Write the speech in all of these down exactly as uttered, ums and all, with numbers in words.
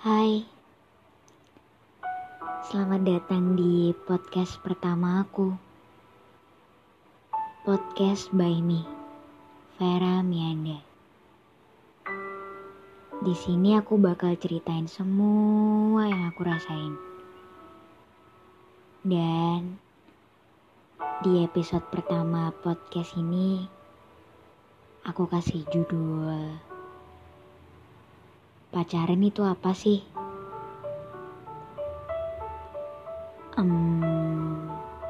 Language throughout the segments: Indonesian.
Hai, selamat datang di podcast pertama aku. Podcast by me, Vera Mianda. Di sini aku bakal ceritain semua yang aku rasain. Dan di episode pertama podcast ini, aku kasih judul Pacaran itu apa sih? Um,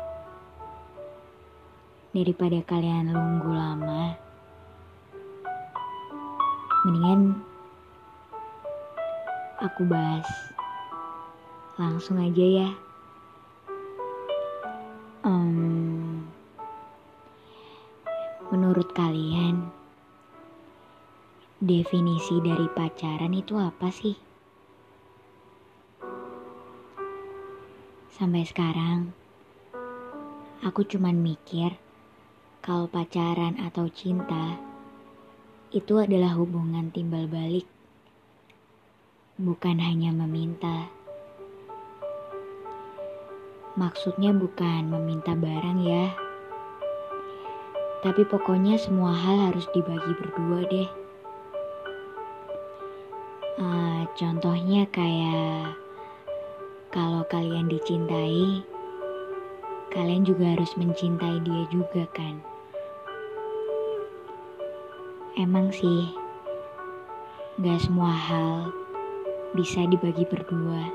daripada kalian nunggu lama, mendingan aku bahas langsung aja ya. Um, menurut kalian, definisi dari pacaran itu apa sih? Sampai sekarang, aku cuman mikir kalau pacaran atau cinta itu adalah hubungan timbal balik, bukan hanya meminta. Maksudnya bukan meminta barang ya, tapi pokoknya semua hal harus dibagi berdua deh. Uh, contohnya kayak kalau kalian dicintai, kalian juga harus mencintai dia juga kan. Emang sih, gak semua hal bisa dibagi berdua.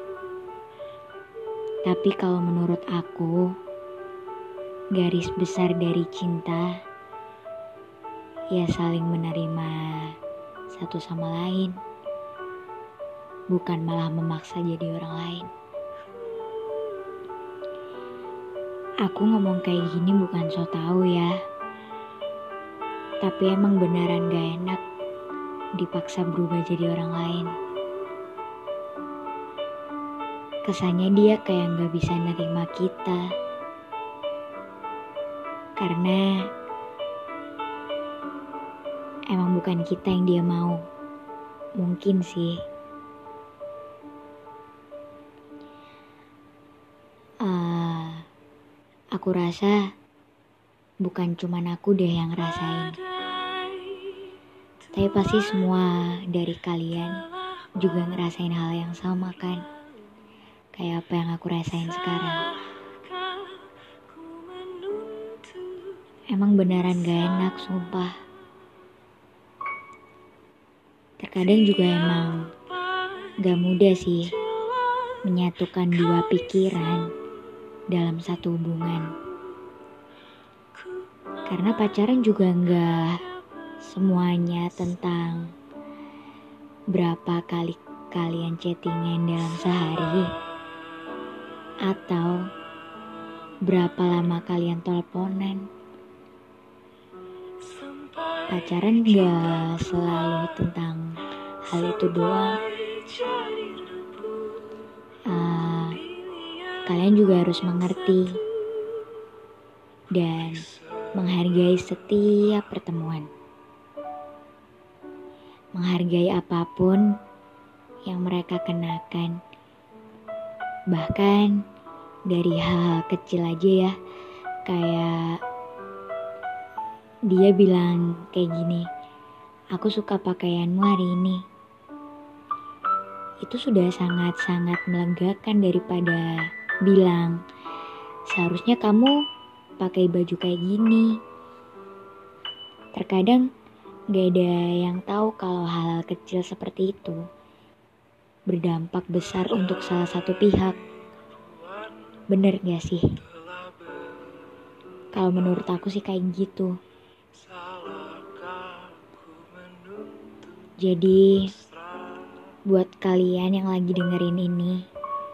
Tapi kalau menurut aku, garis besar dari cinta ya saling menerima satu sama lain, bukan malah memaksa jadi orang lain. Aku ngomong kayak gini bukan so tau ya, tapi emang beneran gak enak dipaksa berubah jadi orang lain. Kesannya dia kayak gak bisa nerima kita, karena emang bukan kita yang dia mau. Mungkin sih. Uh, aku rasa bukan cuman aku deh yang rasain. Tapi pasti semua dari kalian juga ngerasain hal yang sama kan? Kayak apa yang aku rasain sekarang. Emang beneran gak enak, sumpah. Terkadang juga emang gak mudah sih menyatukan dua pikiran dalam satu hubungan. Karena pacaran juga gak semuanya tentang berapa kali kalian chattingan dalam sehari, atau berapa lama kalian teleponan. Pacaran gak selalu tentang hal itu doang. uh, Kalian juga harus mengerti dan menghargai setiap pertemuan. Menghargai apapun yang mereka kenakan. Bahkan dari hal-hal kecil aja ya. Kayak dia bilang kayak gini, aku suka pakaianmu hari ini. Itu sudah sangat-sangat melegakan daripada bilang, seharusnya kamu pakai baju kayak gini. Terkadang gak ada yang tahu kalau hal-hal kecil seperti itu berdampak besar untuk salah satu pihak. Bener gak sih? Kalau menurut aku sih kayak gitu. Jadi buat kalian yang lagi dengerin ini,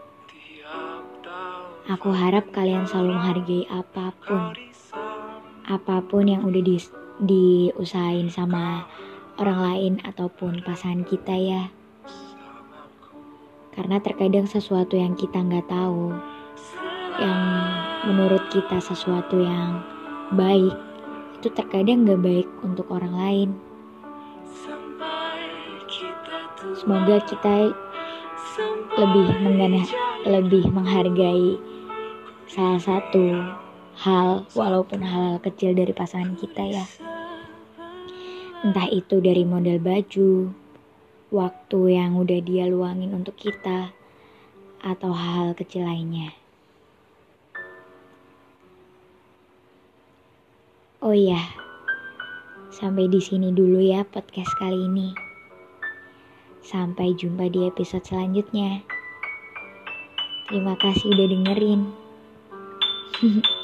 aku harap kalian selalu menghargai apapun Apapun yang udah di, diusahain sama orang lain ataupun pasangan kita ya. Karena terkadang sesuatu yang kita gak tahu, yang menurut kita sesuatu yang baik, itu terkadang gak baik untuk orang lain. Semoga kita lebih menggana, lebih menghargai salah satu hal, walaupun hal kecil dari pasangan kita ya. Entah itu dari model baju, waktu yang udah dia luangin untuk kita, atau hal-hal kecil lainnya. Oh iya, sampai di sini dulu ya podcast kali ini. Sampai jumpa di episode selanjutnya. Terima kasih udah dengerin.